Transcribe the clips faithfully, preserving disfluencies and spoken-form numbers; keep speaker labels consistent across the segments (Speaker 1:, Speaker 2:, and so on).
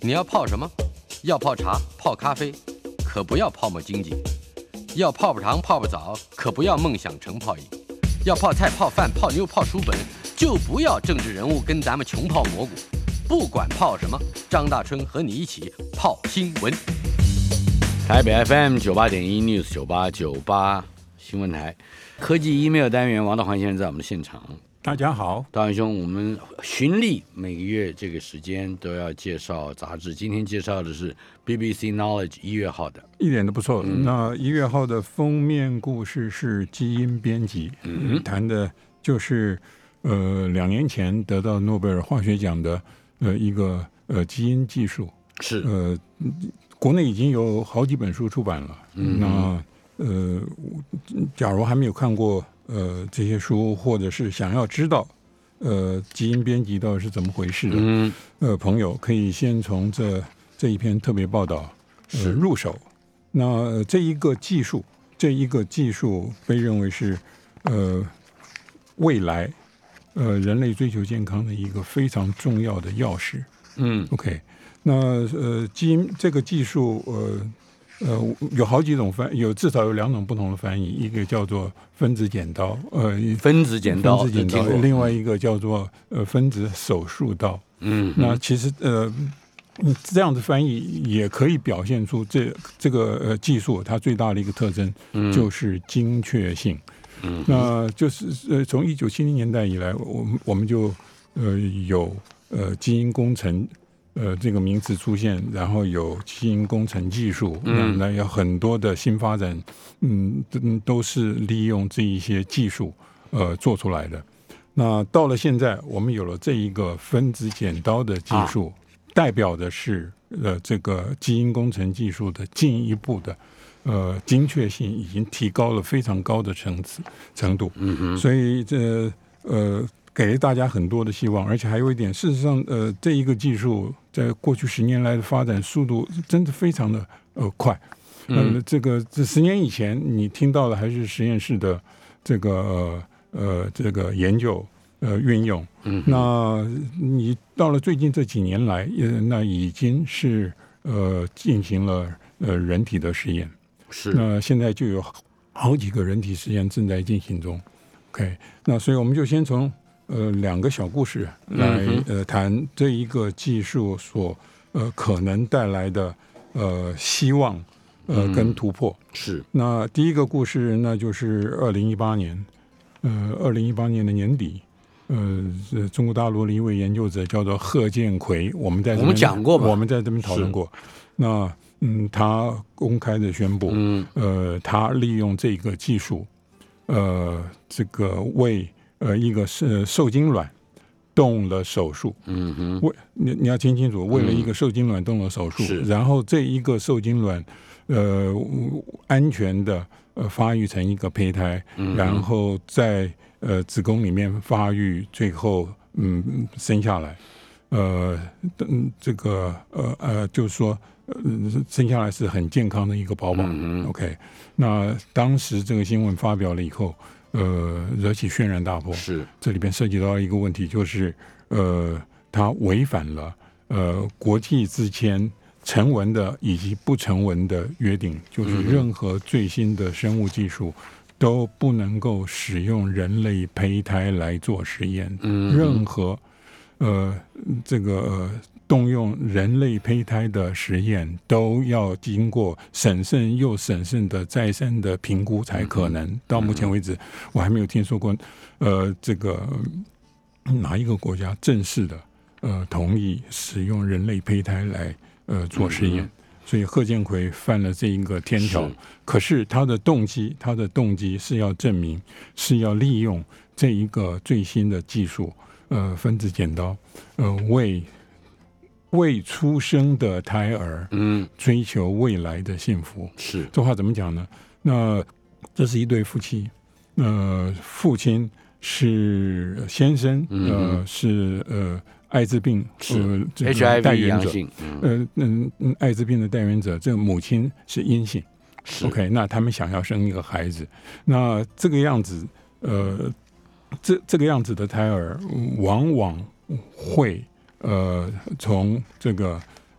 Speaker 1: 你要泡什么？要泡茶、泡咖啡，可不要泡沫经济；要泡泡糖、泡泡澡，可不要梦想成泡影；要泡菜、泡饭、泡妞、泡书本，就不要政治人物跟咱们穷泡蘑菇。不管泡什么，张大春和你一起泡新闻。台北 F M 九八点一 News 九八九八新闻台，科技 email 单元，王道环先生在我们的现场。
Speaker 2: 大家好，
Speaker 1: 大环兄，我们循例每个月这个时间都要介绍杂志，今天介绍的是 B B C Knowledge 一月号的，
Speaker 2: 一点都不错。嗯、那一月号的封面故事是基因编辑，嗯、谈的就是呃两年前得到诺贝尔化学奖的呃一个呃基因技术，
Speaker 1: 是
Speaker 2: 呃国内已经有好几本书出版了。嗯、那呃假如还没有看过呃，这些书，或者是想要知道，呃，基因编辑到底是怎么回事的，嗯、呃，朋友可以先从这这一篇特别报道呃入手。那、呃、这一个技术，这一个技术被认为是呃未来呃人类追求健康的一个非常重要的钥匙。嗯 ，OK， 那呃基因这个技术呃。呃，有好几种翻，有至少有两种不同的翻译，一个叫做分子剪刀，呃，
Speaker 1: 分子剪刀，
Speaker 2: 分子剪刀，另外一个叫做呃分子手术刀。嗯，那其实呃，这样的翻译也可以表现出这这个呃技术它最大的一个特征就是精确性。嗯，那就是呃从一九七零年代以来，我们我们就呃有呃基因工程。呃，这个名词出现，然后有基因工程技术，嗯，那有很多的新发展，嗯，都是利用这一些技术，呃，做出来的。那到了现在，我们有了这一个分子剪刀的技术，啊、代表的是呃这个基因工程技术的进一步的呃精确性已经提高了非常高的层次程度。嗯嗯，所以这呃。给了大家很多的希望，而且还有一点，事实上，呃，这一个技术在过去十年来的发展速度真的非常的呃快。嗯、呃，这个这十年以前你听到的还是实验室的这个呃呃这个研究呃运用，嗯，那你到了最近这几年来，呃，那已经是呃进行了呃人体的实验，
Speaker 1: 是，
Speaker 2: 那现在就有好几个人体实验正在进行中。OK， 那所以我们就先从。呃，两个小故事来呃谈这一个技术所呃可能带来的呃希望呃跟突破。
Speaker 1: 嗯、是。
Speaker 2: 那第一个故事，那就是二零一八年，呃，二零一八年的年底，呃，中国大陆的一位研究者叫做贺建奎，我们在这边
Speaker 1: 我们讲过吧？
Speaker 2: 我们在这边讨论过。那嗯，他公开的宣布，嗯，呃，他利用这个技术，呃，这个为呃，一个是受精卵动了手术，嗯哼，为你你要听清楚，为了一个受精卵动了手术，嗯、然后这一个受精卵呃安全的呃发育成一个胚胎，嗯、然后在呃子宫里面发育，最后嗯生下来，呃嗯这个呃呃就是说呃生下来是很健康的一个宝宝。嗯、OK， 那当时这个新闻发表了以后。呃，惹起轩然大波。
Speaker 1: 是，
Speaker 2: 这里边涉及到一个问题，就是呃，它违反了呃国际之间成文的以及不成文的约定，就是任何最新的生物技术都不能够使用人类胚胎来做实验。嗯，任何呃这个。呃动用人类胚胎的实验都要经过审慎又审慎的再三的评估才可能。嗯、到目前为止，我还没有听说过，呃，这个哪一个国家正式的呃同意使用人类胚胎来呃做实验。嗯、所以贺建奎犯了这一个天条，可是他的动机，他的动机是要证明，是要利用这一个最新的技术，呃，分子剪刀，呃，为未出生的胎儿，嗯，追求未来的幸福。
Speaker 1: 是，
Speaker 2: 这话怎么讲呢？那这是一对夫妻，呃，父亲是先生，呃，嗯、是呃艾滋病
Speaker 1: 是、呃、H I V 阳性，
Speaker 2: 嗯嗯嗯，艾滋病的带源者，这个母亲是阴性。OK， 那他们想要生一个孩子，那这个样子，呃，这这个样子的胎儿，往往会。呃，从这个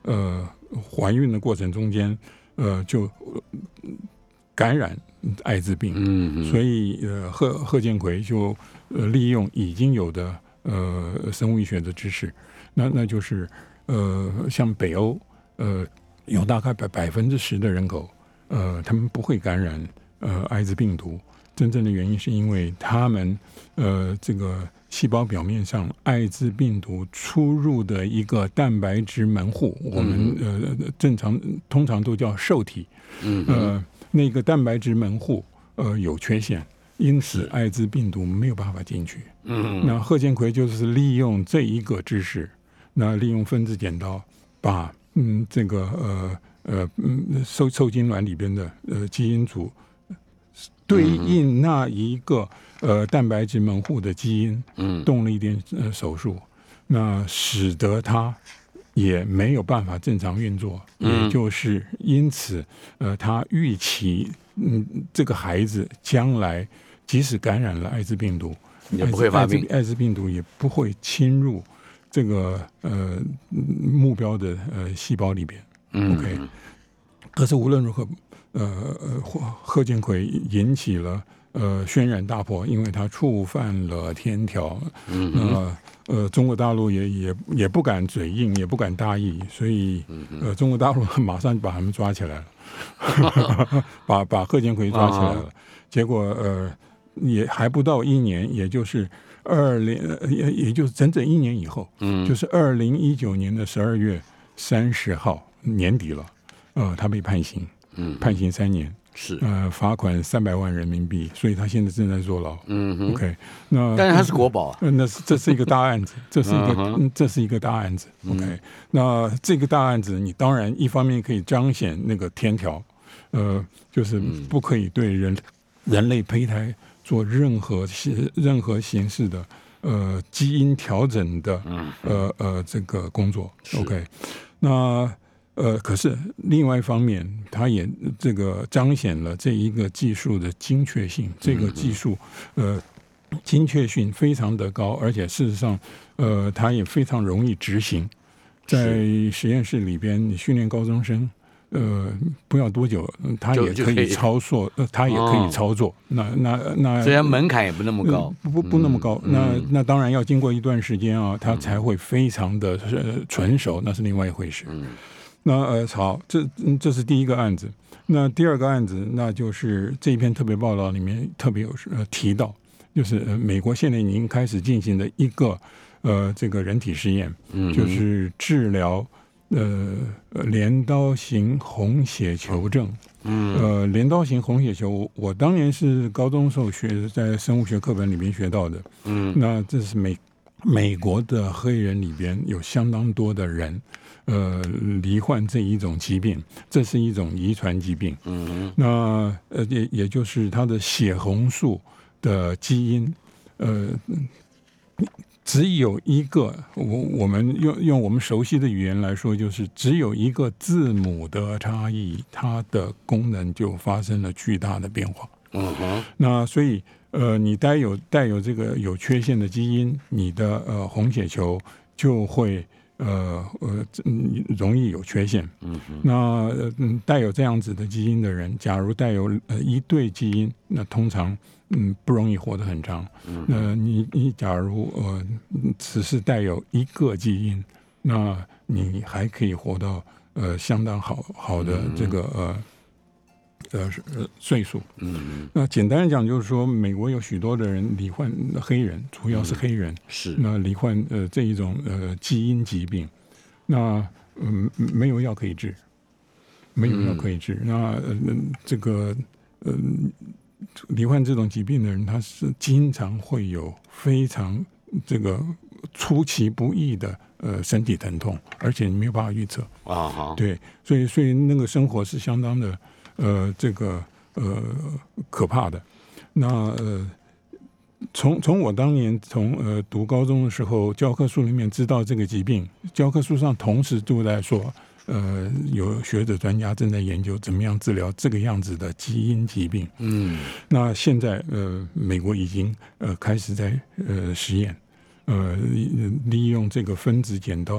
Speaker 2: 呃怀孕的过程中间，呃就感染艾滋病，嗯，所以呃贺贺建奎就呃利用已经有的呃生物医学的知识，那那就是呃像北欧呃有大概百百分之十的人口，呃他们不会感染呃艾滋病毒，真正的原因是因为他们呃这个细胞表面上艾滋病毒出入的一个蛋白质门户，我们呃正常通常都叫受体，嗯呃。那个蛋白质门户呃有缺陷，因此艾滋病毒没有办法进去。嗯，那贺建奎就是利用这一个知识，那利用分子剪刀把嗯这个呃呃嗯受受精卵里边的呃基因组对应那一个呃蛋白质门户的基因，嗯，动了一点呃手术，那使得它也没有办法正常运作，嗯、也就是因此，呃，他预期，嗯，这个孩子将来即使感染了艾滋病毒，
Speaker 1: 也不会发病，
Speaker 2: 艾滋病毒也不会侵入这个呃目标的呃细胞里边。嗯、OK， 可是无论如何，呃，贺建奎引起了呃轩然大波，因为他触犯了天条。嗯。呃呃，中国大陆也也也不敢嘴硬，也不敢大意，所以呃，中国大陆马上把他们抓起来了，把把贺建奎抓起来了。啊、结果呃，也还不到一年，也就是二零，也也就是整整一年以后，嗯，就是二零一九年的十二月三十号年底了，呃，他被判刑，嗯，判刑三年。
Speaker 1: 是
Speaker 2: 呃，罚款三百万人民币，所以他现在正在坐牢。嗯哼 ，OK， 那
Speaker 1: 但是他是国宝啊，
Speaker 2: 呃、那是这是一个大案子，这是一个、嗯、这是一个大案子。OK，、嗯、那这个大案子，你当然一方面可以彰显那个天条，呃，就是不可以对人、嗯、人类胚胎做任何任何形式的呃基因调整的呃呃这个工作。OK， 那。呃，可是另外一方面，它也这个彰显了这一个技术的精确性。这个技术，呃，精确性非常的高，而且事实上，呃，它也非常容易执行。在实验室里边，你训练高中生，呃，不要多久，他也可以操作，呃，他也可以操作。哦、那那那，
Speaker 1: 虽然门槛也不那么高，
Speaker 2: 呃、不不不那么高。嗯、那那当然要经过一段时间啊，他才会非常的呃纯熟，那是另外一回事。嗯。那呃，好，这这是第一个案子。那第二个案子，那就是这一篇特别报道里面特别有呃提到，就是呃美国现在已经开始进行的一个呃这个人体实验，嗯，就是治疗呃镰刀型红血球症。嗯，呃，镰刀型红血球，我当年是高中时候学，在生物学课本里面学到的。嗯，那这是美美国的黑人里边有相当多的人。呃，罹患这一种疾病，这是一种遗传疾病。嗯，那呃，也也就是它的血红素的基因，呃，只有一个，我我们用用我们熟悉的语言来说，就是只有一个字母的差异，它的功能就发生了巨大的变化。嗯哼，那所以呃，你带有带有这个有缺陷的基因，你的呃红血球就会。呃呃，容易有缺陷。嗯，那嗯带有这样子的基因的人，假如带有呃一对基因，那通常嗯不容易活得很长。嗯，那你你假如呃只是带有一个基因，那你还可以活到呃相当好好的这个呃。呃岁数，嗯，那简单的讲就是说，美国有许多的人罹患黑人，主要是黑人，嗯、
Speaker 1: 是
Speaker 2: 那罹患呃这一种呃基因疾病，那嗯没有药可以治，没有药可以治，嗯、那呃这个呃罹患这种疾病的人，他是经常会有非常这个出其不意的呃身体疼痛，而且你没有办法预测啊，好，对，所以所以那个生活是相当的。呃，这个呃可怕的，那呃，从从我当年从呃读高中的时候，教科书里面知道这个疾病，教科书上同时都在说，呃，有学者专家正在研究怎么样治疗这个样子的基因疾病。嗯，那现在呃，美国已经呃开始在呃实验，呃，利用这个分子剪刀。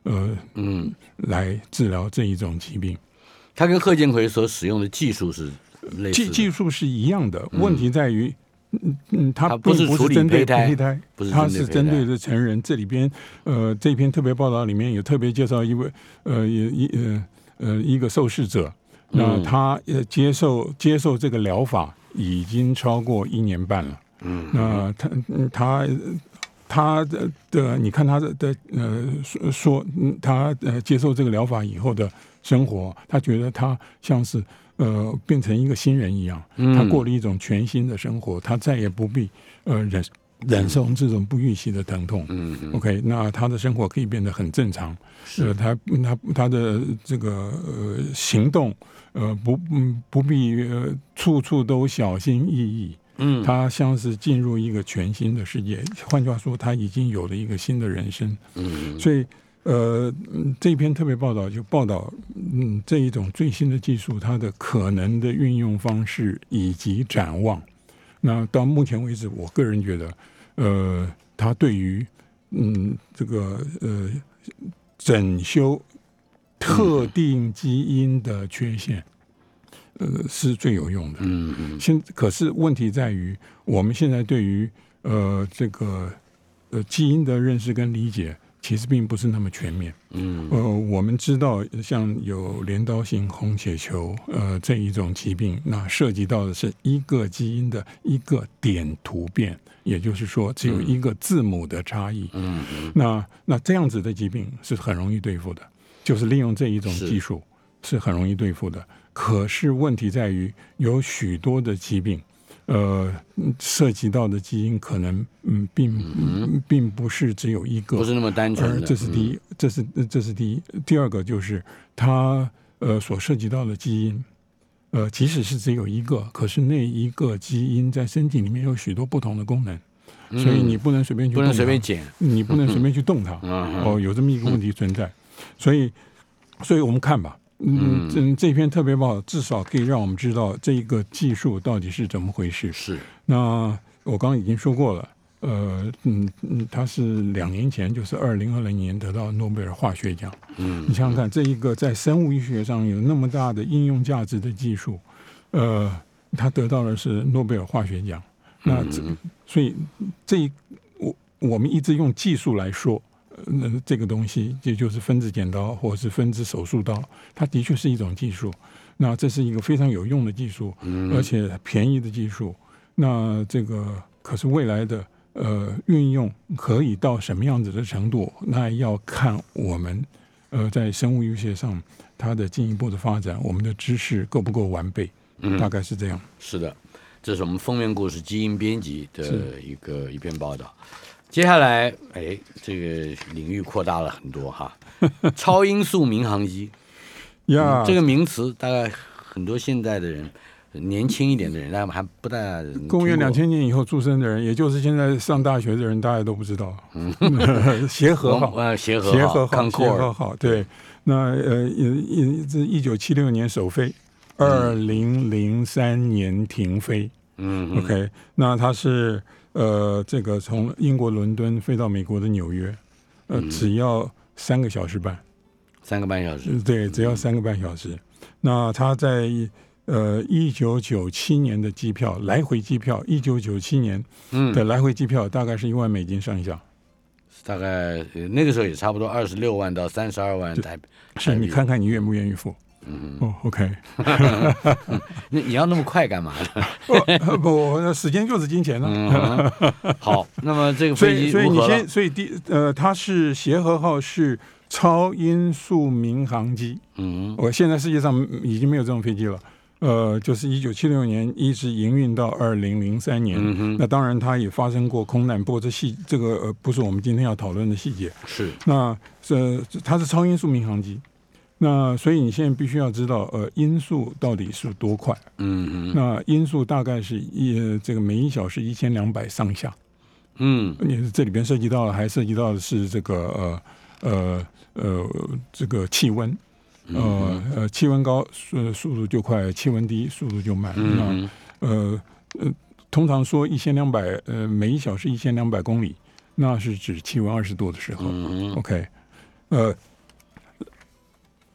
Speaker 2: 呃嗯来治疗这一种疾病。
Speaker 1: 它跟贺建奎所使用的技术是类似的，
Speaker 2: 技技术是一样的，问题在于。嗯嗯，它
Speaker 1: 不是
Speaker 2: 并不是针对
Speaker 1: 胚
Speaker 2: 胎，它是针对的成人。这里边，呃，这篇特别报道里面有特别介绍一位，呃，一呃呃一个受试者，那他呃接受接受这个疗法已经超过一年半了。嗯，那他他他的的，你看他的的呃说，他呃接受这个疗法以后的生活，他觉得他像是。呃，变成一个新人一样，他过了一种全新的生活，他再也不必呃忍忍受这种不预期的疼痛。嗯 ，OK， 那他的生活可以变得很正常。呃，他他他的这个呃行动呃不嗯不必呃处处都小心翼翼。嗯，他像是进入一个全新的世界。换句话说，他已经有了一个新的人生。嗯，所以。呃，这篇特别报道就报道，嗯，这一种最新的技术，它的可能的运用方式以及展望。那到目前为止，我个人觉得，呃，它对于嗯这个呃整修特定基因的缺陷，呃，是最有用的。嗯嗯。现可是问题在于，我们现在对于呃这个呃基因的认识跟理解。其实并不是那么全面。嗯，呃，我们知道像有镰刀性红血球，呃，这一种疾病，那涉及到的是一个基因的一个点突变，也就是说只有一个字母的差异。嗯嗯，那那这样子的疾病是很容易对付的，就是利用这一种技术是很容易对付的。可是问题在于有许多的疾病。呃，涉及到的基因可能嗯，并、嗯、并不是只有一个，
Speaker 1: 不是那么单纯的。
Speaker 2: 这是第一，嗯、这是这是第一。第二个就是它呃所涉及到的基因，呃，即使是只有一个，可是那一个基因在身体里面有许多不同的功能，嗯、所以你不能随便去动它，
Speaker 1: 不能随便剪，
Speaker 2: 你不能随便去动它。嗯、哦，有这么一个问题存在，嗯、所以，所以我们看吧。嗯，这这篇特别报道至少可以让我们知道这个技术到底是怎么回事。
Speaker 1: 是，
Speaker 2: 那我刚刚已经说过了，呃，嗯嗯，他是两年前，就是二零二零年得到诺贝尔化学奖。嗯，你想想看，这一个在生物医学上有那么大的应用价值的技术，呃，他得到的是诺贝尔化学奖。那这所以这我我们一直用技术来说。那这个东西，也就是分子剪刀或者是分子手术刀，它的确是一种技术。那这是一个非常有用的技术，而且便宜的技术。那这个可是未来的呃运用可以到什么样子的程度？那要看我们呃在生物医学上它的进一步的发展，我们的知识够不够完备？嗯，大概是这样。
Speaker 1: 是的，这是我们封面故事基因编辑的一个一篇报道。接下来，哎，这个领域扩大了很多哈。超音速民航机，
Speaker 2: 呀、嗯，
Speaker 1: 这个名词大概很多现在的人，年轻一点的人，大概还不大。
Speaker 2: 公元两千年以后出生的人，也就是现在上大学的人，大家都不知道。嗯，协和号，
Speaker 1: 呃，协和
Speaker 2: 协和
Speaker 1: 号，
Speaker 2: 协和号，对。那呃，一这一九七六年首飞，二零零三年停飞。嗯 ，OK， 那它是。呃，这个从英国伦敦飞到美国的纽约，呃，只要三个小时半，
Speaker 1: 三个半小时，
Speaker 2: 对，只要三个半小时。嗯、那他在呃一九九七年的机票，来回机票，一九九七年的来回机票大概是一万美金上下，
Speaker 1: 大概那个时候也差不多二十六万到三十二万台币。
Speaker 2: 是你看看你愿不愿意付？嗯哦 ，OK，
Speaker 1: 那你要那么快干嘛呢？
Speaker 2: 不不，时间就是金钱了、啊
Speaker 1: 嗯。好，那么这个飞机
Speaker 2: 所以，所以你先，所以第呃，它是协和号是超音速民航机。嗯，我现在世界上已经没有这种飞机了。呃，就是一九七六年一直营运到二零零三年。嗯、那当然，它也发生过空难，不过这细这个呃不是我们今天要讨论的细节。
Speaker 1: 是，
Speaker 2: 那呃，它是超音速民航机。那所以你现在必须要知道，呃，音速到底是多快？嗯嗯。那音速大概是一、呃、这个每一小时一千两百上下。嗯。你这里边涉及到了，还涉及到的是这个呃呃呃这个气温，呃呃气温高速速度就快，气温低速度就慢。嗯。那呃呃，通常说一千两百呃每一小时一千两百公里，那是指气温二十度的时候。嗯 OK， 呃。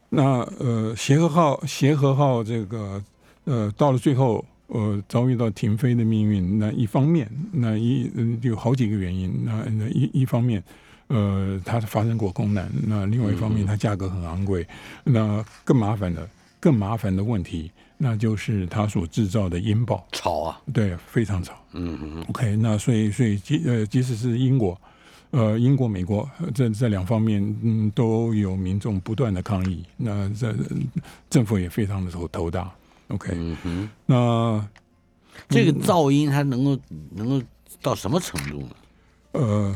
Speaker 2: 那呃，协和号协和号这个呃，到了最后呃，遭遇到停飞的命运。那一方面，那一、呃、有好几个原因。那那一一方面，呃，它发生过空难；那另外一方面，它价格很昂贵。那更麻烦的、更麻烦的问题，那就是它所制造的音爆
Speaker 1: 吵啊，
Speaker 2: 对，非常吵。
Speaker 1: 嗯嗯
Speaker 2: OK， 那所以所以即呃，即使是英国。呃，英国、美国这这两方面，嗯，都有民众不断的抗议。那这政府也非常的头头大。OK，
Speaker 1: 嗯哼，
Speaker 2: 那
Speaker 1: 这个噪音它能够能够到什么程度呢？
Speaker 2: 呃，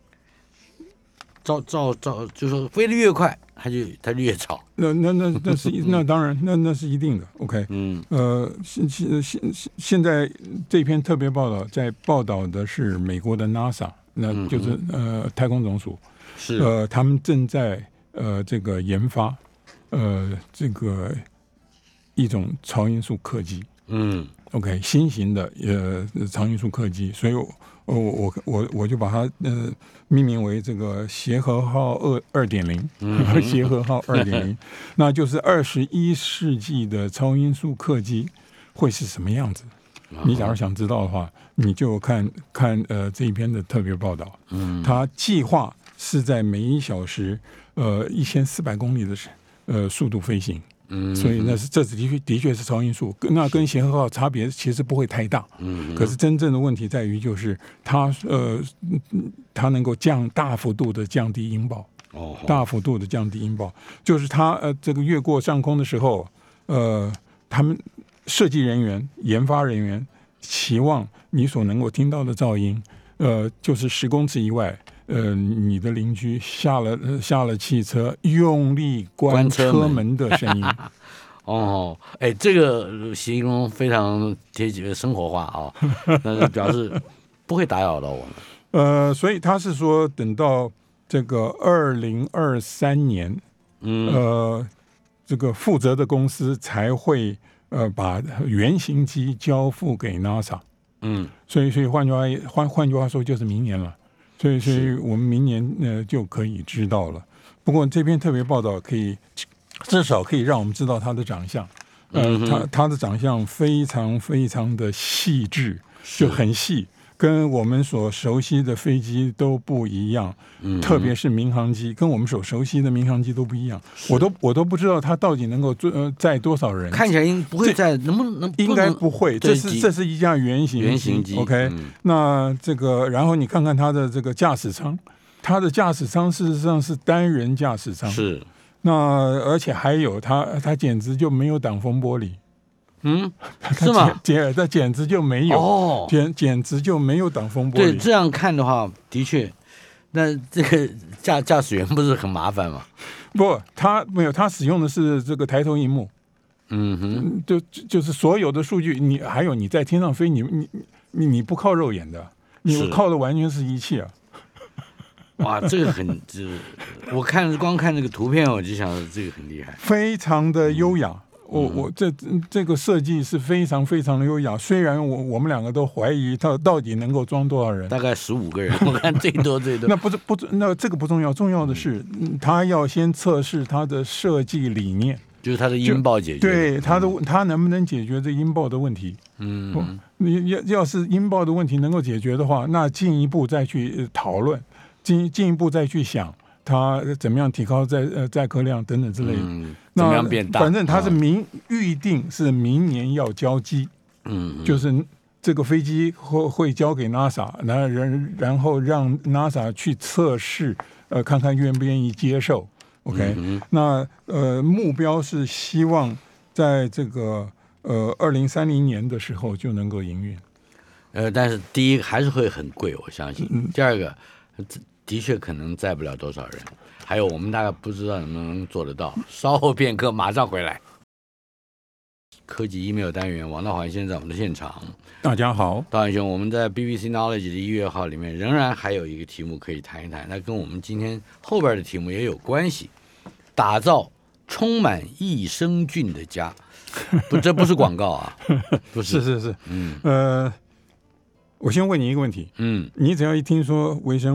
Speaker 1: 噪噪噪，就是说飞得越快，它就它就越吵。
Speaker 2: 那那那那是那当然，那那是一定的。OK，
Speaker 1: 嗯，
Speaker 2: 呃，现现现现在这篇特别报道在报道的是美国的 NASA。那就是、嗯、呃太空总署，
Speaker 1: 是
Speaker 2: 呃他们正在呃这个研发呃这个一种超音速客机，
Speaker 1: 嗯
Speaker 2: ，OK 新型的呃超音速客机，所以我我我我就把它呃命名为这个协和号二二点零，协和号二点零，那就是二十一世纪的超音速客机会是什么样子？你假如想知道的话，你就看看呃这一篇的特别报道。嗯，它计划是在每一小时呃一千四百公里的呃速度飞行。嗯，所以那是这是的确的确是超音速，那跟协和号差别其实不会太大。嗯，可是真正的问题在于就是它呃它能够降大幅度的降低音爆。哦，大幅度的降低音爆，就是它呃这个越过上空的时候，呃他们。设计人员、研发人员期望你所能够听到的噪音，呃，就是十公尺以外，呃，你的邻居下了、呃、下了汽车用力关车门的声音。
Speaker 1: 哦，哎，这个形容非常贴切、生活化啊、哦，那表示不会打扰到我们。
Speaker 2: 呃，所以他是说，等到这个二零二三年，嗯，呃，这个负责的公司才会。呃，把原型机交付给 NASA， 嗯，所以所以换句话换换句话说，就是明年了，所以所以我们明年呃就可以知道了。不过这篇特别报道可以至少可以让我们知道他的长相，呃，他他的长相非常非常的细致，就很细。跟我们所熟悉的飞机都不一样，嗯、特别是民航机，跟我们所熟悉的民航机都不一样。我都我都不知道它到底能够呃载多少人。
Speaker 1: 看起来应不会载，能不能？
Speaker 2: 应该不会。这是这是一架原型
Speaker 1: 原型机。
Speaker 2: OK，、嗯、那这个，然后你看看它的这个驾驶舱，它的驾驶舱事实上是单人驾驶舱。
Speaker 1: 是。
Speaker 2: 那而且还有它，它简直就没有挡风玻璃。
Speaker 1: 嗯，是吗？
Speaker 2: 简它简直就没有，哦、简简直就没有挡风玻璃。
Speaker 1: 对，这样看的话，的确，那这个驾驾驶员不是很麻烦吗？
Speaker 2: 不，他没有，他使用的是这个抬头萤幕。嗯哼，就就是所有的数据，你还有你在天上飞，你你你你不靠肉眼的，你靠的完全是仪器啊。
Speaker 1: 哇，这个很，这我看光看这个图片，我就想这个很厉害，
Speaker 2: 非常的优雅。嗯我我这这个设计是非常非常的优雅，虽然我我们两个都怀疑它到底能够装多少人，
Speaker 1: 大概十五个人，我看最多最多。
Speaker 2: 那不是不那这个不重要，重要的是他要先测试它的设计理念，
Speaker 1: 就是它的音爆解决，
Speaker 2: 对它的它能不能解决这音爆的问题？嗯，你要要是音爆的问题能够解决的话，那进一步再去讨论，进进一步再去想。它怎么样提高载呃载客量等等之类的，
Speaker 1: 嗯、怎么样变大？
Speaker 2: 反正它是明预定是明年要交机，嗯，就是这个飞机会会交给 NASA， 然然然后让 NASA 去测试，呃，看看愿不愿意接受。OK，、嗯、那呃目标是希望在这个呃二零三零年的时候就能够营运。
Speaker 1: 呃，但是第一个还是会很贵，我相信。嗯、第二个。的确可能载不了多少人，还有我们大概不知道能不能做得到。稍后片刻，马上回来。科技 email 单元，王道环先生在我们的现场。
Speaker 2: 大家好，
Speaker 1: 道环兄，我们在 B B C Knowledge 的一月号里面仍然还有一个题目可以谈一谈，那跟我们今天后边的题目也有关系。打造充满益生菌的家，不，这不是广告啊，不是，
Speaker 2: 是是是，嗯，呃。我先问你一个问题，嗯，你只要一听说微生物，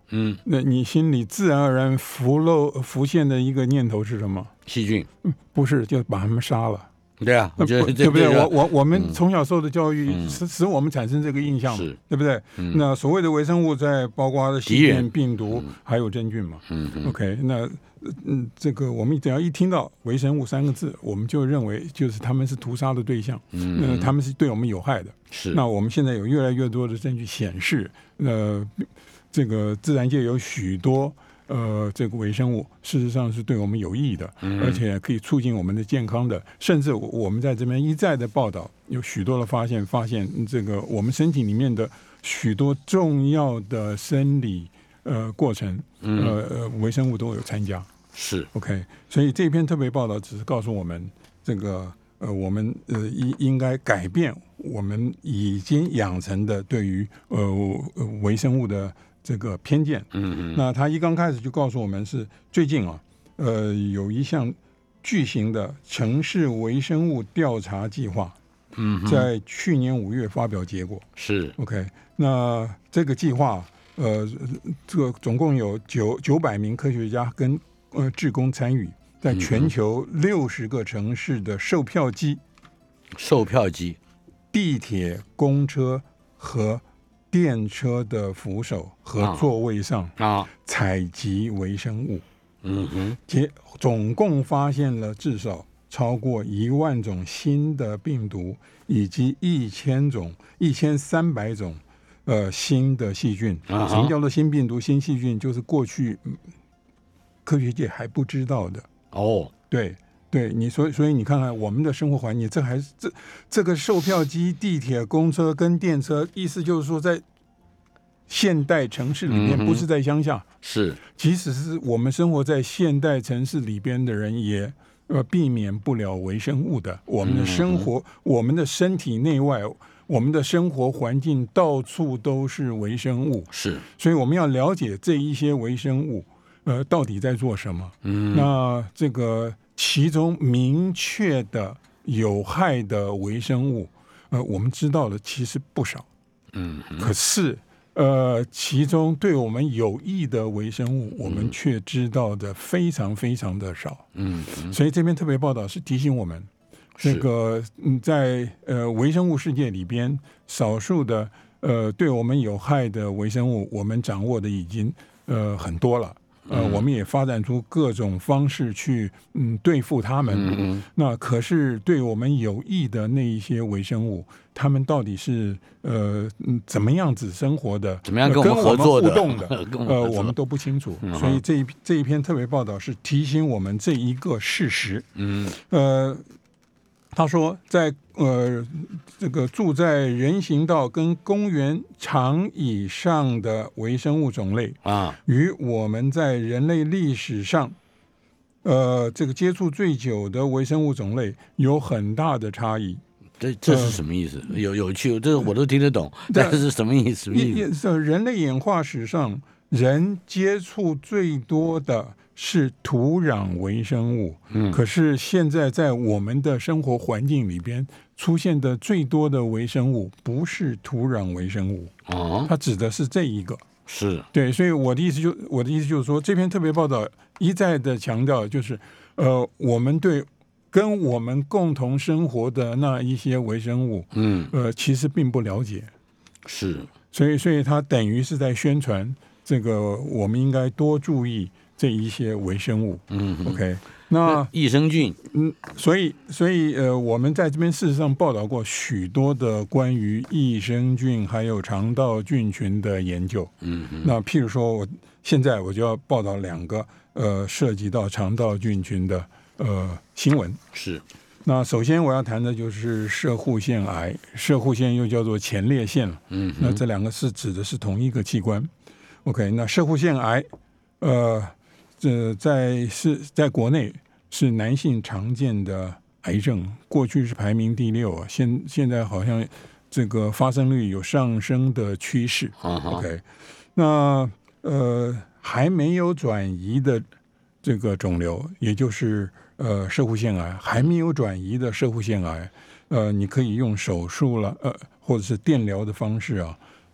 Speaker 2: 嗯，那你心里自然而然浮漏浮现的一个念头是什么？
Speaker 1: 细菌？
Speaker 2: 嗯，不是，就把他们杀了。
Speaker 1: 对啊，我觉得
Speaker 2: 对不对？我我我们从小受的教育
Speaker 1: 嗯
Speaker 2: 使使我们产生这个印象，
Speaker 1: 是
Speaker 2: 对不对？
Speaker 1: 嗯
Speaker 2: 那所谓的微生物在包括的细菌、病毒还有真菌嘛。
Speaker 1: 嗯
Speaker 2: OK， 那嗯，这个我们只要一听到微生物三个字，我们就认为就是他们是屠杀的对象，
Speaker 1: 嗯，
Speaker 2: 那他们是对我们有害的。
Speaker 1: 是。
Speaker 2: 那我们现在有越来越多的证据显示，呃，这个自然界有许多。呃，这个微生物事实上是对我们有益的，嗯、而且可以促进我们的健康的。甚至我们在这边一再的报道，有许多的发现，发现这个我们身体里面的许多重要的生理呃过程，呃呃，微生物都有参加。
Speaker 1: 是
Speaker 2: OK， 所以这篇特别报道只是告诉我们，这个呃，我们呃应应该改变我们已经养成的对于呃微生物的。这个偏见，嗯嗯，那他一刚开始就告诉我们是最近啊，呃，有一项巨型的城市微生物调查计划，嗯，在去年五月发表结果，
Speaker 1: 是
Speaker 2: OK。那这个计划，呃，这个总共有九九百名科学家跟呃志工参与，在全球六十个城市的售票机、
Speaker 1: 售票机、
Speaker 2: 地铁、公车和电车的扶手和座位上啊，采集微生物，嗯哼，结总共发现了至少超过一万种新的病毒，以及一千种、一千三百种呃新的细菌。啊、什么叫做新病毒、新细菌？就是过去科学界还不知道的哦。对。对你，所以所以你看看我们的生活环境，这还是这这个售票机、地铁、公车跟电车，意思就是说，在现代城市里面，不是在乡下，
Speaker 1: 嗯、是，
Speaker 2: 即使是我们生活在现代城市里边的人，也呃避免不了微生物的。我们的生活，嗯、我们的身体内外，我们的生活环境到处都是微生物，
Speaker 1: 是，
Speaker 2: 所以我们要了解这一些微生物，呃，到底在做什么？嗯，那这个。其中明确的有害的微生物，呃，我们知道的其实不少，嗯，可是呃，其中对我们有益的微生物，我们却知道的非常非常的少，嗯，所以这篇特别报道是提醒我们，这个嗯，在呃微生物世界里边，少数的呃对我们有害的微生物，我们掌握的已经呃很多了。呃，我们也发展出各种方式去嗯对付它们。嗯嗯那可是对我们有益的那一些微生物，它们到底是呃嗯怎么样子生活的？
Speaker 1: 怎么样跟我们合作的？
Speaker 2: 呃、跟我们互动的？呃，我们都不清楚。嗯、所以这一这一篇特别报道是提醒我们这一个事实。嗯，呃。他说在，在呃这个住在人行道跟公园长椅上的微生物种类啊，与我们在人类历史上，呃这个接触最久的微生物种类有很大的差异。
Speaker 1: 这这是什么意思？呃、有有趣，这我都听得懂，但是什么意思？什么意
Speaker 2: 思？人类演化史上，人接触最多的是土壤微生物，嗯，可是现在在我们的生活环境里边出现的最多的微生物不是土壤微生物，哦，它指的是这一个，
Speaker 1: 是
Speaker 2: 对，所以我的意思就我的意思就是说，这篇特别报道一再的强调，就是呃，我们对跟我们共同生活的那一些微生物，嗯，呃，其实并不了解，
Speaker 1: 是，
Speaker 2: 所以所以它等于是在宣传这个，我们应该多注意这一些微生物，嗯 ，OK， 那
Speaker 1: 益生菌，
Speaker 2: 嗯，所以所以呃，我们在这边事实上报道过许多的关于益生菌还有肠道菌群的研究，嗯，那譬如说，我现在我就要报道两个呃涉及到肠道菌群的呃新闻，
Speaker 1: 是。
Speaker 2: 那首先我要谈的就是摄护腺癌，摄护腺又叫做前列腺，嗯，那这两个是指的是同一个器官。OK， 那摄护腺癌，呃，这在是在国内是男性常见的癌症，过去是排名第六啊，现现在好像这个发生率有上升的趋势。OK， 那呃还没有转移的这个肿瘤，也就是呃摄护腺癌，还没有转移的摄护腺癌，呃，你可以用手术了，呃，或者是电疗的方式啊。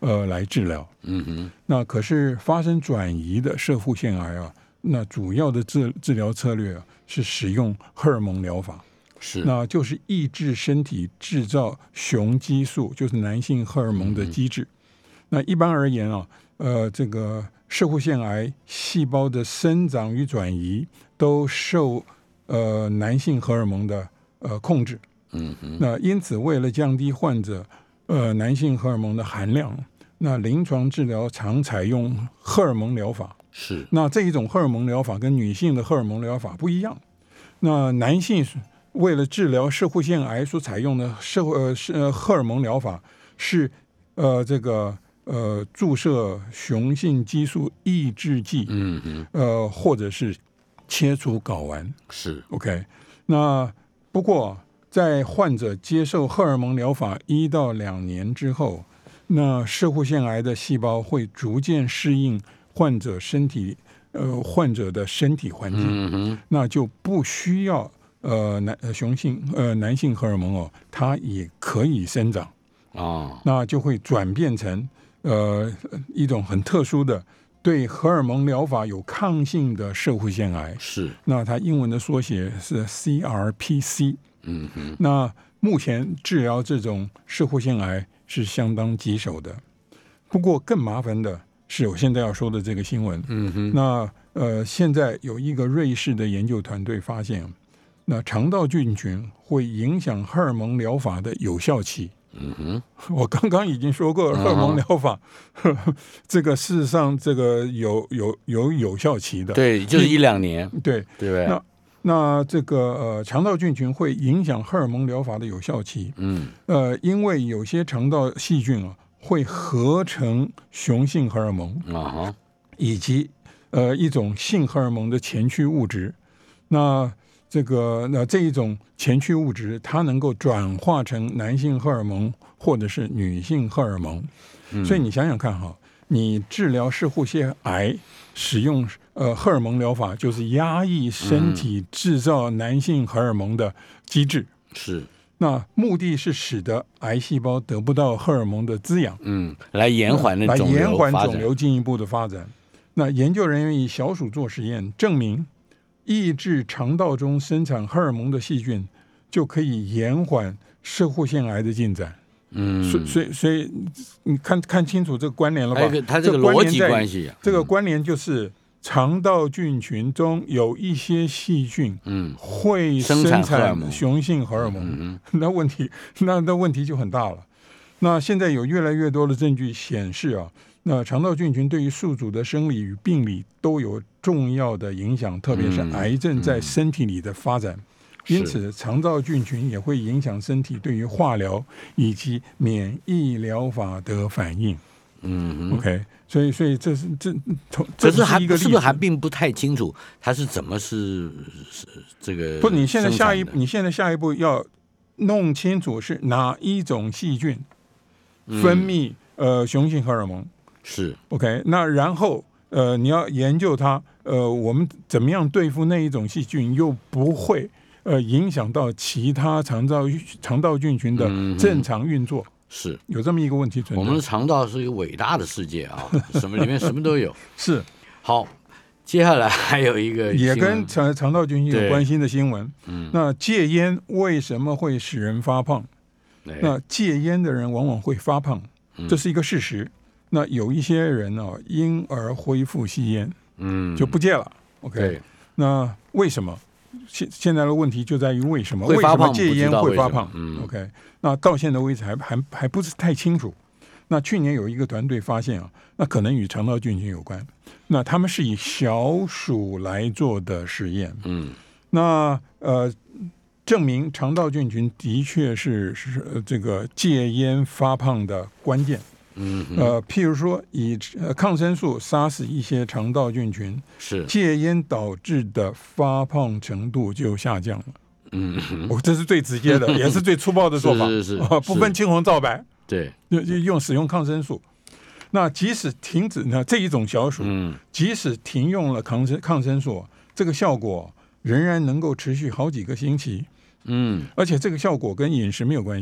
Speaker 2: 呃来治疗。
Speaker 1: 嗯哼，
Speaker 2: 那可是发生转移的攝護腺癌啊，那主要的治治疗策略啊是使用荷尔蒙疗法，
Speaker 1: 是，
Speaker 2: 那就是抑制身体制造雄激素，就是男性荷尔蒙的机制。嗯、那一般而言啊，呃，这个攝護腺癌细胞的生长与转移都受呃男性荷尔蒙的呃控制。
Speaker 1: 嗯哼，
Speaker 2: 那因此为了降低患者呃男性荷尔蒙的含量，那临床治疗常采用荷尔蒙疗法。
Speaker 1: 是，
Speaker 2: 那这一种荷尔蒙疗法跟女性的荷尔蒙疗法不一样。那男性为了治疗攝護腺癌所采用的摄呃是荷尔蒙疗法是呃这个呃注射雄性激素抑制剂，
Speaker 1: 嗯哼，
Speaker 2: 呃或者是切除睾丸。
Speaker 1: 是
Speaker 2: OK。那不过在患者接受荷尔蒙疗法一到两年之后，那攝護腺癌的细胞会逐渐适应患者身体呃患者的身体环境，
Speaker 1: 嗯哼，
Speaker 2: 那就不需要呃男雄性呃男性荷尔蒙哦，它也可以生长
Speaker 1: 啊、哦，
Speaker 2: 那就会转变成呃一种很特殊的对荷尔蒙疗法有抗性的攝護腺癌。
Speaker 1: 是，
Speaker 2: 那它英文的缩写是 C R P C。
Speaker 1: 嗯哼，
Speaker 2: 那目前治疗这种攝護腺癌是相当棘手的。不过更麻烦的是我现在要说的这个新闻。
Speaker 1: 嗯哼，
Speaker 2: 那呃，现在有一个瑞士的研究团队发现，那肠道菌群会影响荷尔蒙疗法的有效期。
Speaker 1: 嗯哼，
Speaker 2: 我刚刚已经说过，荷尔蒙疗法、uh huh. 这个事实上这个有有有有效期的，
Speaker 1: 对，就是一两年，
Speaker 2: 对
Speaker 1: 对不对？
Speaker 2: 那那这个呃肠道菌群会影响荷尔蒙疗法的有效期。
Speaker 1: 嗯，
Speaker 2: 呃，因为有些肠道细菌啊会合成雄性荷尔蒙
Speaker 1: 啊、uh-huh.
Speaker 2: 以及呃一种性荷尔蒙的前驱物质。那这个那这一种前驱物质，它能够转化成男性荷尔蒙或者是女性荷尔蒙。嗯、所以你想想看哈，你治疗攝護腺癌使用呃荷尔蒙疗法，就是压抑身体制造男性荷尔蒙的机制。
Speaker 1: 嗯、是。
Speaker 2: 那目的是使得癌细胞得不到荷尔蒙的滋养，
Speaker 1: 嗯，来延缓那肿瘤
Speaker 2: 来延缓肿瘤进一步的发展。那研究人员以小鼠做实验，证明抑制肠道中生产荷尔蒙的细菌就可以延缓攝護腺癌的进展。嗯，所以所以所以你看看清楚这个关联了吧？
Speaker 1: 它这个逻辑关系、啊，
Speaker 2: 这个关联就是肠道菌群中有一些细菌，
Speaker 1: 嗯，
Speaker 2: 会生产雄性荷尔蒙。嗯、那问题那那问题就很大了。那现在有越来越多的证据显示啊，那肠道菌群对于宿主的生理与病理都有重要的影响，特别是癌症在身体里的发展。嗯嗯因此，肠道菌群也会影响身体对于化疗以及免疫疗法的反应。嗯 ，OK， 所以，所以这是这，
Speaker 1: 这是还是不是还并不太清楚它是怎么是是这个？
Speaker 2: 不，你现在下一你现在下一步要弄清楚是哪一种细菌分泌、嗯、呃雄性荷尔蒙
Speaker 1: 是
Speaker 2: OK， 那然后呃你要研究它呃我们怎么样对付那一种细菌又不会。呃，影响到其他肠道肠道菌群的正常运作，嗯、
Speaker 1: 是
Speaker 2: 有这么一个问题存在。
Speaker 1: 我们的肠道是一个伟大的世界啊，什么里面什么都有。
Speaker 2: 是，
Speaker 1: 好，接下来还有一个
Speaker 2: 也跟肠肠道菌群有关系的新闻。嗯，那戒烟为什么会使人发胖？那戒烟的人往往会发胖，这是一个事实。那有一些人呢、哦，因而恢复吸烟，嗯，就不戒了。OK， 那为什么？现现在的问题就在于为什么
Speaker 1: 会发胖？
Speaker 2: 为什么戒烟会发胖？
Speaker 1: 嗯、
Speaker 2: OK， 那到现在为止还还还不是太清楚。那去年有一个团队发现啊，那可能与肠道菌群有关。那他们是以小鼠来做的实验，嗯，那呃证明肠道菌群的确是是这个戒烟发胖的关键。嗯，呃，譬如说以抗生素杀死一些肠道菌群，
Speaker 1: 是
Speaker 2: 戒烟导致的发胖程度就下降了。嗯，我、哦、这是最直接的，也是最粗暴的做法，
Speaker 1: 是是是、
Speaker 2: 哦，不分青红皂白。
Speaker 1: 对，
Speaker 2: 就用使用抗生素。那即使停止呢这一种小鼠，嗯，即使停用了抗生抗生素，这个效果仍然能够持续好几个星期。嗯，而且这个效果跟饮食没有关系。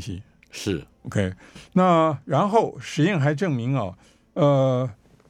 Speaker 1: 是
Speaker 2: OK。那然后实验还证明啊，呃，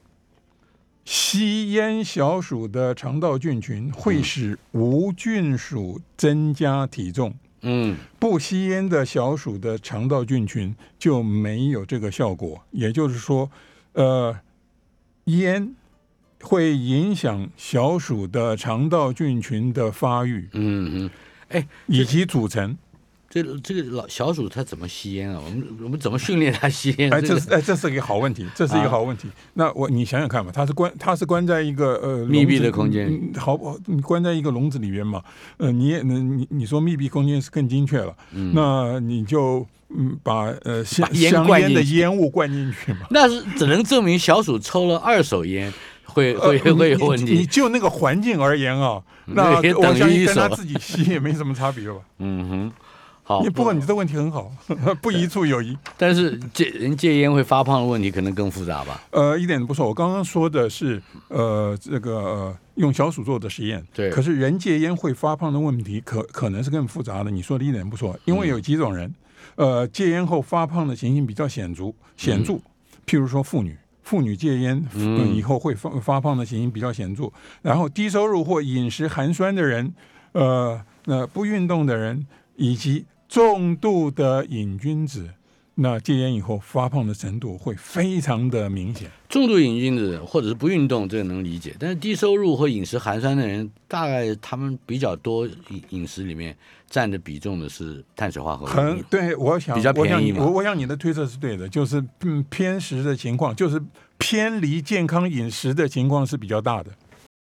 Speaker 2: 吸烟小鼠的肠道菌群会使无菌鼠增加体重。
Speaker 1: 嗯，
Speaker 2: 不吸烟的小鼠的肠道菌群就没有这个效果。也就是说，呃，烟会影响小鼠的肠道菌群的发育，
Speaker 1: 嗯嗯，哎，
Speaker 2: 以及组成。
Speaker 1: 这这个老小鼠它怎么吸烟啊？我们我们怎么训练它吸烟？
Speaker 2: 哎，这
Speaker 1: 个
Speaker 2: 是哎，这是一个好问题，这是一个好问题。啊、那我你想想看嘛，它是关它是关在一个呃
Speaker 1: 密闭的空间，
Speaker 2: 嗯、好，你关在一个笼子里面嘛。呃，你也你你说密闭空间是更精确了，嗯、那你就嗯把呃香香烟的烟雾灌进去嘛。
Speaker 1: 那是只能证明小鼠抽了二手烟。会会会有问题、
Speaker 2: 呃你。你就那个环境而言啊，那我相信跟他自己吸也没什么差别吧。
Speaker 1: 嗯哼，好。
Speaker 2: 不过你这问题很好，不一处有一。
Speaker 1: 但是戒人戒烟会发胖的问题可能更复杂吧？
Speaker 2: 呃，一点都不错。我刚刚说的是呃这个、呃、用小鼠做的实验，
Speaker 1: 对。
Speaker 2: 可是人戒烟会发胖的问题可可能是更复杂的。你说的一点不错，因为有几种人，嗯、呃戒烟后发胖的情形比较显著显著，嗯、譬如说妇女。妇女戒烟、呃、以后会 发, 发胖的情形比较显著，然后低收入或饮食含酸的人，呃，呃不运动的人，以及重度的瘾君子，那戒烟以后发胖的程度会非常的明显。
Speaker 1: 重度瘾君子或者是不运动，这个能理解，但是低收入或饮食含酸的人，大概他们比较多饮食里面占的比重的是碳水化合物。
Speaker 2: 很对，我想
Speaker 1: 比较便宜嘛。
Speaker 2: 我想我我想你的推测是对的，就是嗯偏食的情况，就是偏离健康饮食的情况是比较大的。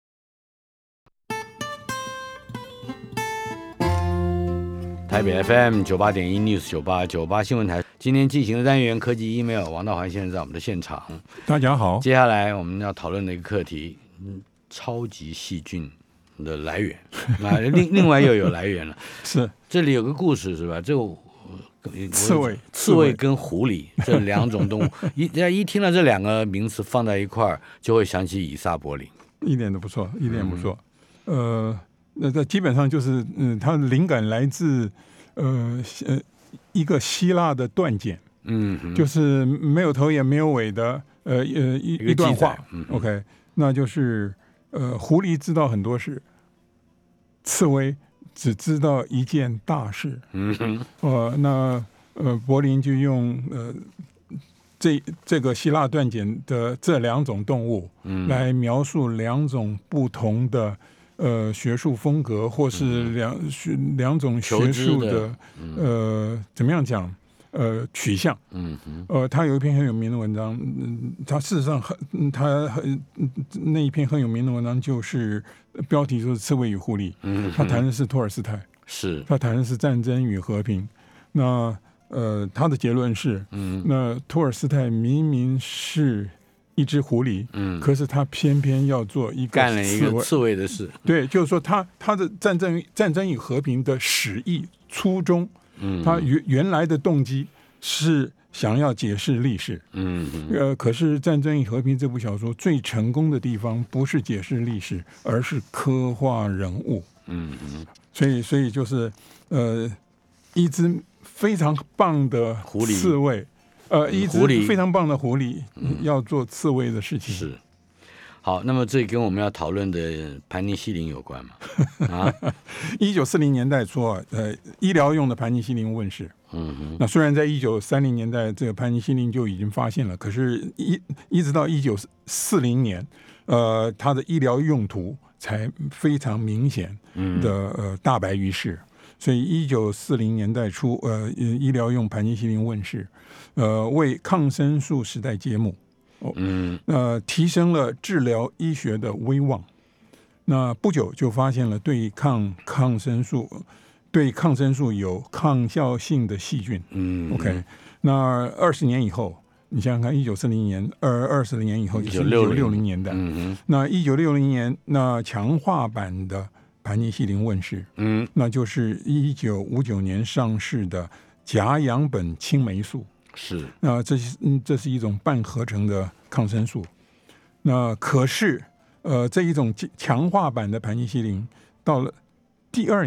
Speaker 1: 台北 F M 九八点一 News 九八九八新闻台，今天进行的单元科技 email， 王道环先生在我们的现场。
Speaker 2: 大家好，
Speaker 1: 接下来我们要讨论的一个课题，嗯，超级细菌的来源。啊，另另外又有来源了。
Speaker 2: 是，
Speaker 1: 这里有个故事是吧？这
Speaker 2: 刺猬、
Speaker 1: 刺猬跟狐狸这两种动物，一一听到这两个名词放在一块儿，就会想起以撒柏林。
Speaker 2: 一点都不错，一点不错。嗯、呃。那这基本上就是，嗯，它的灵感来自，呃呃，一个希腊的断简，
Speaker 1: 嗯，
Speaker 2: 就是没有头也没有尾的，呃呃一一段话、嗯、，OK， 那就是呃，狐狸知道很多事，刺猬只知道一件大事，
Speaker 1: 嗯哼，
Speaker 2: 呃，那呃，柏林就用呃这这个希腊断简的这两种动物，嗯，来描述两种不同的。呃，学术风格，或是两、嗯、两种学术的，的嗯、呃，怎么样讲？呃，取向。嗯哼。呃，他有一篇很有名的文章，嗯，他事实上很，他很那一篇很有名的文章就是标题就是《刺猬与狐狸》。嗯。他谈的是托尔斯泰。
Speaker 1: 是。
Speaker 2: 他谈的是战争与和平。那呃，他的结论是，嗯，那托尔斯泰明明是。一只狐狸，嗯，可是他偏偏要做一个
Speaker 1: 干了一个刺猬的事。
Speaker 2: 对，就是说他他的战争战争与和平的始意初衷，嗯，他原原来的动机是想要解释历史，嗯，呃，可是战争与和平这部小说最成功的地方不是解释历史，而是刻画人物，嗯嗯，所以所以就是呃，一只非常棒的
Speaker 1: 狐狸
Speaker 2: 刺猬。呃，一只非常棒的狐狸、嗯、要做刺猬的事情。
Speaker 1: 是，好，那么这跟我们要讨论的盘尼西林有关吗？啊，
Speaker 2: 一九四零年代初，呃，医疗用的盘尼西林问世。嗯哼，那虽然在一九三零年代这个盘尼西林就已经发现了，可是一一直到一九四零年，呃，它的医疗用途才非常明显的呃大白于世。所以一九四零年代初，呃，医疗用盘尼西林问世。呃，为抗生素时代揭幕，哦，嗯，呃，提升了治疗医学的威望。那不久就发现了对抗抗生素、对抗生素有抗效性的细菌。嗯 ，OK， 那二十年以后，你想想看，一九四零年，二二十年以后就是一九六零年代。嗯，那一九六零年，那强化版的盘尼西林问世。嗯，那就是一九五九年上市的甲氧苯青霉素。
Speaker 1: 是，
Speaker 2: 那这是嗯，这是一种半合成的抗生素。那可是，呃，这一种强化版的盘尼西林到了第二年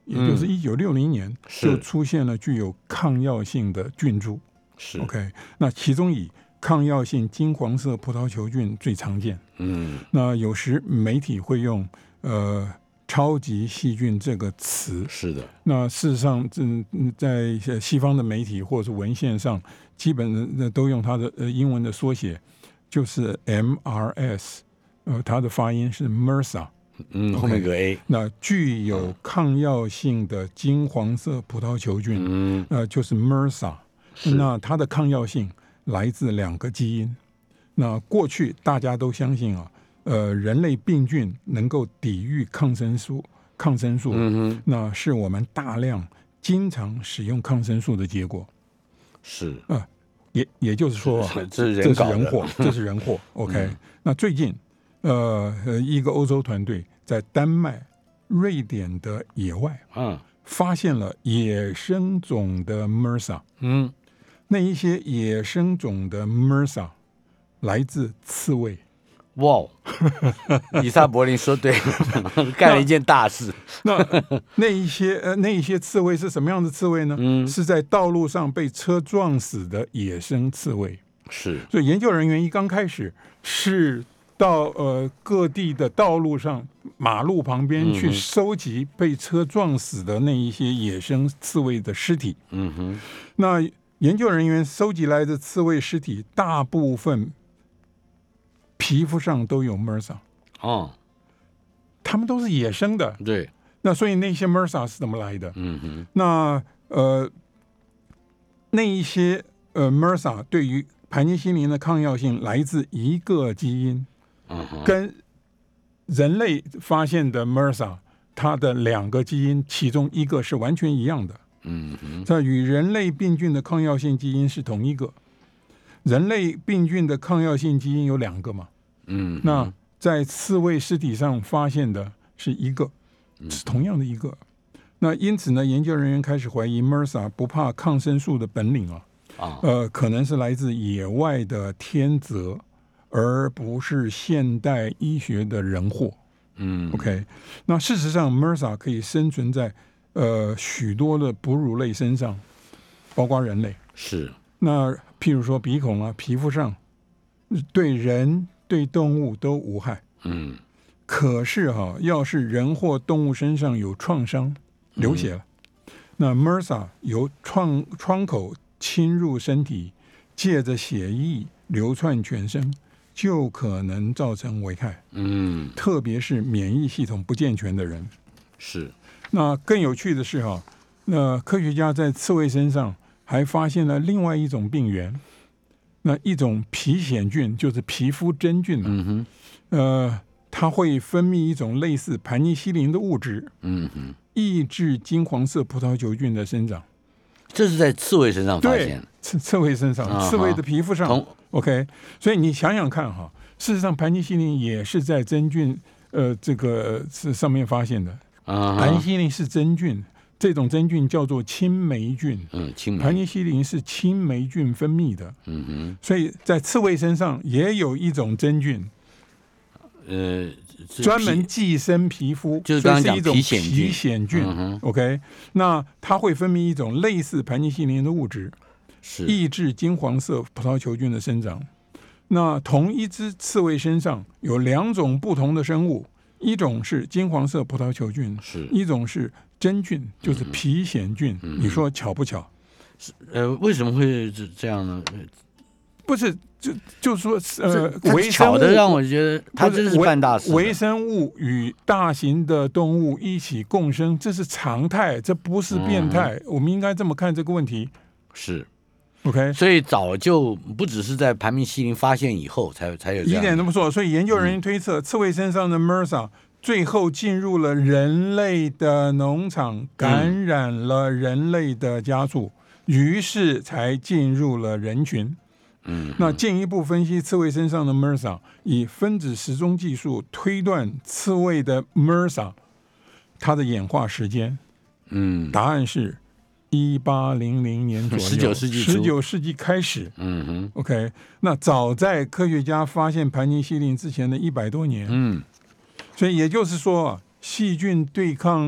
Speaker 2: 也就是一九六零年就出现了具有抗药性的菌株。
Speaker 1: 是
Speaker 2: OK， 那其中以抗药性金黄色葡萄球菌最常见。嗯，那有时媒体会用呃超级细菌这个词。
Speaker 1: 是的。那
Speaker 2: 事实上，在西方的媒体或者是文献上，基本都用它的呃英文的缩写，就是 M R S， 呃，它的发音是 M R S A。
Speaker 1: 嗯，后面有个 A。
Speaker 2: 那具有抗药性的金黄色葡萄球菌，嗯，呃，就是 M R S A。那它的抗药性来自两个基因。那过去大家都相信啊，呃，人类病菌能够抵御抗生素，抗生素，嗯、那是我们大量经常使用抗生素的结果。
Speaker 1: 是啊、
Speaker 2: 呃，也也就是说，
Speaker 1: 这是人搞的，
Speaker 2: 这是人祸，这是人祸。OK，、嗯、那最近，呃，一个欧洲团队在丹麦、瑞典的野外，嗯，发现了野生种的 M R S A。嗯。那一些野生种的 M R S A 来自刺猬。
Speaker 1: 哇，以撒柏林说对了，干了一件大事。
Speaker 2: 那那一些呃那一些刺猬是什么样的刺猬呢？嗯，是在道路上被车撞死的野生刺猬。
Speaker 1: 是，
Speaker 2: 所以研究人员一刚开始是到呃各地的道路上、马路旁边去收集被车撞死的那一些野生刺猬的尸体。嗯哼，那研究人员收集来的刺猬尸体，大部分皮肤上都有 M R S A。哦，他们都是野生的。
Speaker 1: 对，
Speaker 2: 那所以那些 M R S A 是怎么来的？嗯哼，那呃，那一些呃 M R S A 对于盘尼西林的抗药性来自一个基因，嗯哼，跟人类发现的 M R S A 它的两个基因其中一个是完全一样的。嗯哼，这与人类病菌的抗药性基因是同一个。人类病菌的抗药性基因有两个嘛？嗯，那在刺猬尸体上发现的是一个，是同样的一个。那因此呢，研究人员开始怀疑 M R S A 不怕抗生素的本领啊，啊，呃，可能是来自野外的天择，而不是现代医学的人祸。嗯 ，OK， 那事实上 M R S A 可以生存在呃许多的哺乳类身上，包括人类。
Speaker 1: 是。
Speaker 2: 那譬如说鼻孔啊、皮肤上，对人对动物都无害。嗯，可是哈、啊，要是人或动物身上有创伤、流血了，嗯、那 M R S A 由创窗口侵入身体，借着血液流窜全身，就可能造成危害。嗯，特别是免疫系统不健全的人。
Speaker 1: 是。
Speaker 2: 那更有趣的是哈、啊，那科学家在刺猬身上还发现了另外一种病原，那一种皮癣菌，就是皮肤真菌、啊嗯哼呃、它会分泌一种类似盘尼西林的物质，嗯哼抑制金黄色葡萄球菌的生长。
Speaker 1: 这是在刺猬身上发现的？
Speaker 2: 刺刺猬身上，刺猬的皮肤上。OK， 所以你想想看哈，事实上盘尼西林也是在真菌呃这个是上面发现的。盘尼西林是真菌。这种真菌叫做青霉菌，嗯，青霉盘尼西林是青霉菌分泌的，嗯哼，所以在刺猬身上也有一种真菌，呃，专门寄生皮肤，
Speaker 1: 就是刚刚讲
Speaker 2: 皮癣菌、嗯、，OK， 那它会分泌一种类似盘尼西林的物质，
Speaker 1: 是
Speaker 2: 抑制金黄色葡萄球菌的生长。那同一只刺猬身上有两种不同的生物，一种是金黄色葡萄球菌，
Speaker 1: 是
Speaker 2: 一种是真菌，就是皮癣菌、嗯、你说巧不巧？
Speaker 1: 呃，为什么会这样呢？
Speaker 2: 不是，就就说呃，微
Speaker 1: 生物的让我觉得他真是办大事。
Speaker 2: 微生物与大型的动物一起共生，这是常态，这不是变态、嗯。我们应该这么看这个问题。
Speaker 1: 是
Speaker 2: ，OK。
Speaker 1: 所以早就不只是在盘尼西林发现以后才才有这样。
Speaker 2: 一点都不错。所以研究人员推测，嗯、刺猬身上的 M R S A 最后进入了人类的农场，感染了人类的家畜，嗯、于是才进入了人群。嗯，那进一步分析刺猬身上的 M R S A， 以分子时钟技术推断刺猬的 M R S A 它的演化时间。嗯，答案是一八零零年左右，十九世纪十九世纪开始。嗯哼 ，OK， 那早在科学家发现盘尼西林之前的一百多年。嗯。所以也就是说，细菌对抗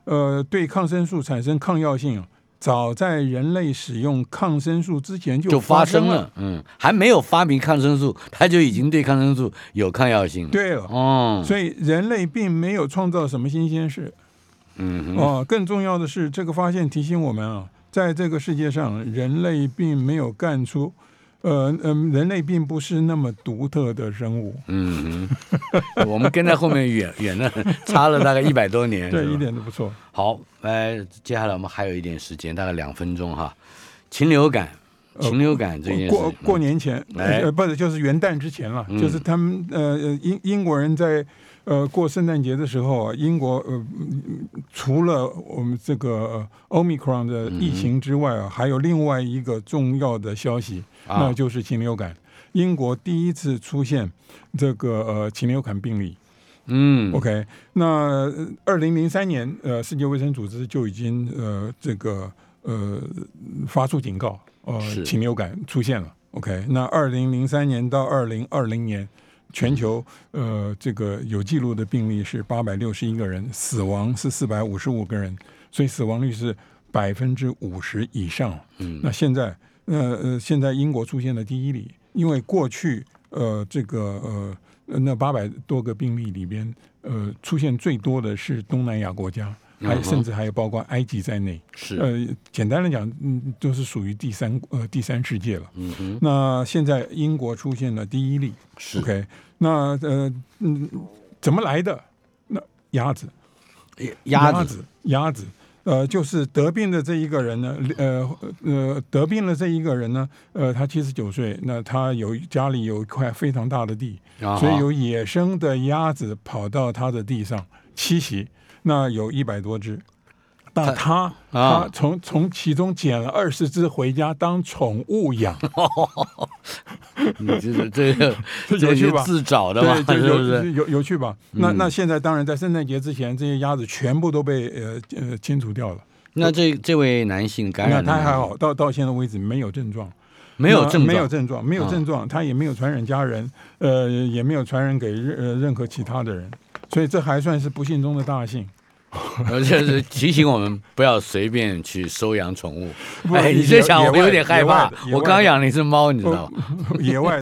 Speaker 2: 呃，对抗生素产生抗药性，早在人类使用抗生素之前就发生了。
Speaker 3: 就发生了嗯，还没有发明抗生素，它就已经对抗生素有抗药性。
Speaker 2: 对了，
Speaker 3: 哦，
Speaker 2: 所以人类并没有创造什么新鲜事。
Speaker 3: 嗯
Speaker 2: 哦，更重要的是，这个发现提醒我们啊，在这个世界上，人类并没有干出，呃嗯，人类并不是那么独特的生物。
Speaker 3: 嗯哼，我们跟在后面远远的差了大概一百多年，
Speaker 2: 对，一点都不错。
Speaker 3: 好，呃，接下来我们还有一点时间，大概两分钟哈。禽流感，禽流感这件事，
Speaker 2: 过过年前，
Speaker 3: 哎、
Speaker 2: 呃，不是，就是元旦之前了，嗯、就是他们呃英英国人在。呃，过圣诞节的时候啊，英国呃，除了我们这个 Omicron 的疫情之外啊，嗯、还有另外一个重要的消息，啊、那就是禽流感。英国第一次出现这个呃禽流感病例。嗯 ，OK， 那二零零三年呃，世界卫生组织就已经呃这个呃发出警告，呃，禽流感出现了。OK， 那二零零三年到二零二零年。全球呃，这个有记录的病例是八百六十一个人，死亡是四百五十五个人，所以死亡率是百分之五十以上。嗯，那现在呃呃，现在英国出现了第一例，因为过去呃这个呃那八百多个病例里边，呃出现最多的是东南亚国家。还甚至还有包括埃及在内，
Speaker 3: 是
Speaker 2: 呃，简单的讲，嗯，都是属于第三呃第三世界了。
Speaker 3: 嗯哼，
Speaker 2: 那现在英国出现了第一例，
Speaker 3: 是
Speaker 2: OK。那呃嗯，怎么来的？那鸭子，
Speaker 3: 鸭子，
Speaker 2: 鸭子，呃，就是得病的这一个人呢，呃呃，得病的这一个人呢，呃，他七十九岁，那他有家里有一块非常大的地，
Speaker 3: 啊、
Speaker 2: 所以有野生的鸭子跑到他的地上栖息。那有一百多只，那他他从从其中捡了二十只回家当宠物养。
Speaker 3: 你这这个有趣吧？自找的嘛，
Speaker 2: 对，
Speaker 3: 是不是？
Speaker 2: 有有趣吧？嗯、那那现在当然在圣诞节之前，这些鸭子全部都被呃呃清除掉了。
Speaker 3: 那这这位男性感染，
Speaker 2: 那他还好，到到现在为止没有症状，
Speaker 3: 没有症状，
Speaker 2: 没有症状，没有症状，他也没有传染家人，呃，也没有传染给任任何其他的人。所以这还算是不幸中的大幸，
Speaker 3: 而且是提醒我们不要随便去收养宠物。哎，你这讲我有点害怕。我刚养了一只猫，你知道吗？
Speaker 2: 野外。